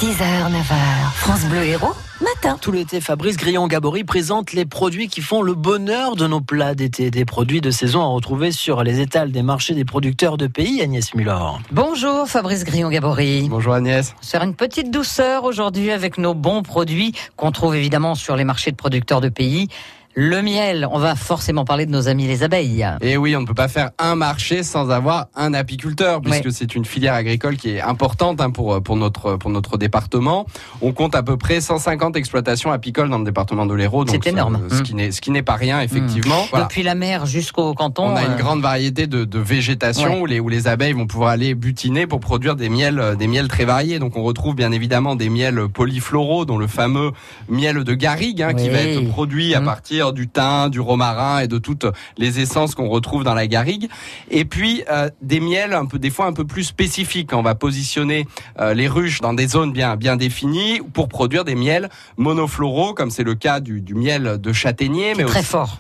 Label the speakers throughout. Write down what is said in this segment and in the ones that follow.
Speaker 1: 6h, 9h, France Bleu Héros, matin.
Speaker 2: Tout l'été, Fabrice Grillon-Gabory présente les produits qui font le bonheur de nos plats d'été. Des produits de saison à retrouver sur les étals des marchés des producteurs de pays, Agnès Muller.
Speaker 3: Bonjour Fabrice Grillon-Gabory.
Speaker 4: Bonjour Agnès.
Speaker 3: On va faire une petite douceur aujourd'hui avec nos bons produits qu'on trouve évidemment sur les marchés de producteurs de pays. Le miel, on va forcément parler de nos amis les abeilles.
Speaker 4: Et oui, on ne peut pas faire un marché sans avoir un apiculteur, puisque c'est une filière agricole qui est importante pour notre département. On compte à peu près 150 exploitations apicoles dans le département de l'Hérault.
Speaker 3: C'est énorme.
Speaker 4: Ce qui n'est pas rien, effectivement. Voilà.
Speaker 3: Depuis la mer jusqu'au canton.
Speaker 4: On a une grande variété de végétation où les abeilles vont pouvoir aller butiner pour produire des miels très variés. Donc on retrouve bien évidemment des miels polyfloraux, dont le fameux miel de garrigue, qui va être produit à partir du thym, du romarin et de toutes les essences qu'on retrouve dans la garrigue. Et puis des miels des fois un peu plus spécifiques. On va positionner les ruches dans des zones bien définies pour produire des miels monofloraux, comme c'est le cas du miel de châtaignier, mais
Speaker 3: très
Speaker 4: aussi
Speaker 3: fort,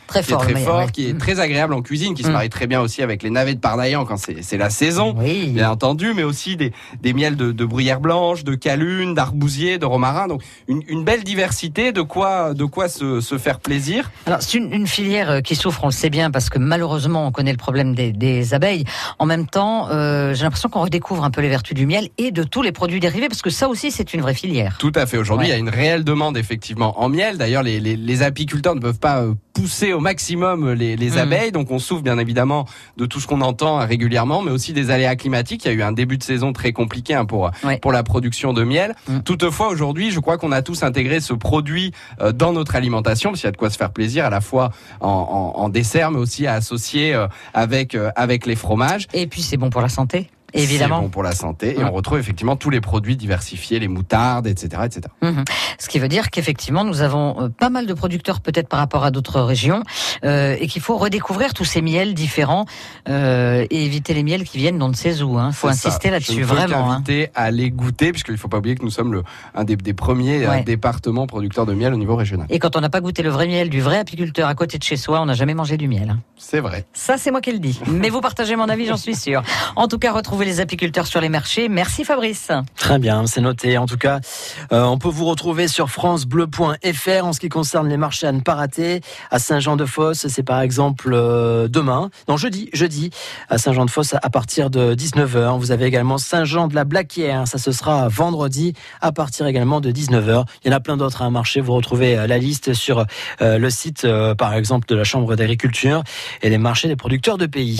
Speaker 4: qui est très agréable en cuisine, qui se marie très bien aussi avec les navets de Pardaillan quand c'est la saison, bien entendu, mais aussi des miels de bruyère blanche, de calune, d'arbousier, de romarin. Donc une belle diversité, de quoi se faire plaisir.
Speaker 3: Alors c'est une filière qui souffre, on le sait bien, parce que malheureusement on connaît le problème des abeilles. En même temps, j'ai l'impression qu'on redécouvre un peu les vertus du miel et de tous les produits dérivés, parce que ça aussi c'est une vraie filière.
Speaker 4: Tout à fait. Aujourd'hui, il y a une réelle demande effectivement en miel. D'ailleurs, les apiculteurs ne peuvent pas pousser au maximum les abeilles, donc on souffre bien évidemment de tout ce qu'on entend régulièrement, mais aussi des aléas climatiques. Il y a eu un début de saison très compliqué pour la production de miel. Toutefois, aujourd'hui, je crois qu'on a tous intégré ce produit dans notre alimentation, parce qu'il y a de quoi se faire plaisir à la fois en dessert, mais aussi à associer avec les fromages.
Speaker 3: Et puis c'est bon pour la santé. Évidemment.
Speaker 4: C'est bon pour la santé et on retrouve effectivement tous les produits diversifiés, les moutardes, etc.
Speaker 3: Ce qui veut dire qu'effectivement nous avons pas mal de producteurs peut-être par rapport à d'autres régions et qu'il faut redécouvrir tous ces miels différents et éviter les miels qui viennent d'on ne sait où. Faut insister là-dessus vraiment.
Speaker 4: Inviter à les goûter, puisqu'il ne faut pas oublier que nous sommes un des premiers départements producteurs de miel au niveau régional.
Speaker 3: Et quand on n'a pas goûté le vrai miel du vrai apiculteur à côté de chez soi, on n'a jamais mangé du miel.
Speaker 4: C'est vrai.
Speaker 3: Ça c'est moi qui le dis. Mais vous partagez mon avis, j'en suis sûr. En tout cas, retrouvez les apiculteurs sur les marchés. Merci Fabrice.
Speaker 2: Très bien, c'est noté. En tout cas, on peut vous retrouver sur francebleu.fr en ce qui concerne les marchés à ne pas rater. À Saint-Jean-de-Fosse, c'est par exemple jeudi, à Saint-Jean-de-Fosse à partir de 19h. Vous avez également Saint-Jean-de-la-Blaquière, ça ce sera vendredi à partir également de 19h. Il y en a plein d'autres à un marché. Vous retrouvez la liste sur le site par exemple de la Chambre d'agriculture et les marchés des producteurs de pays.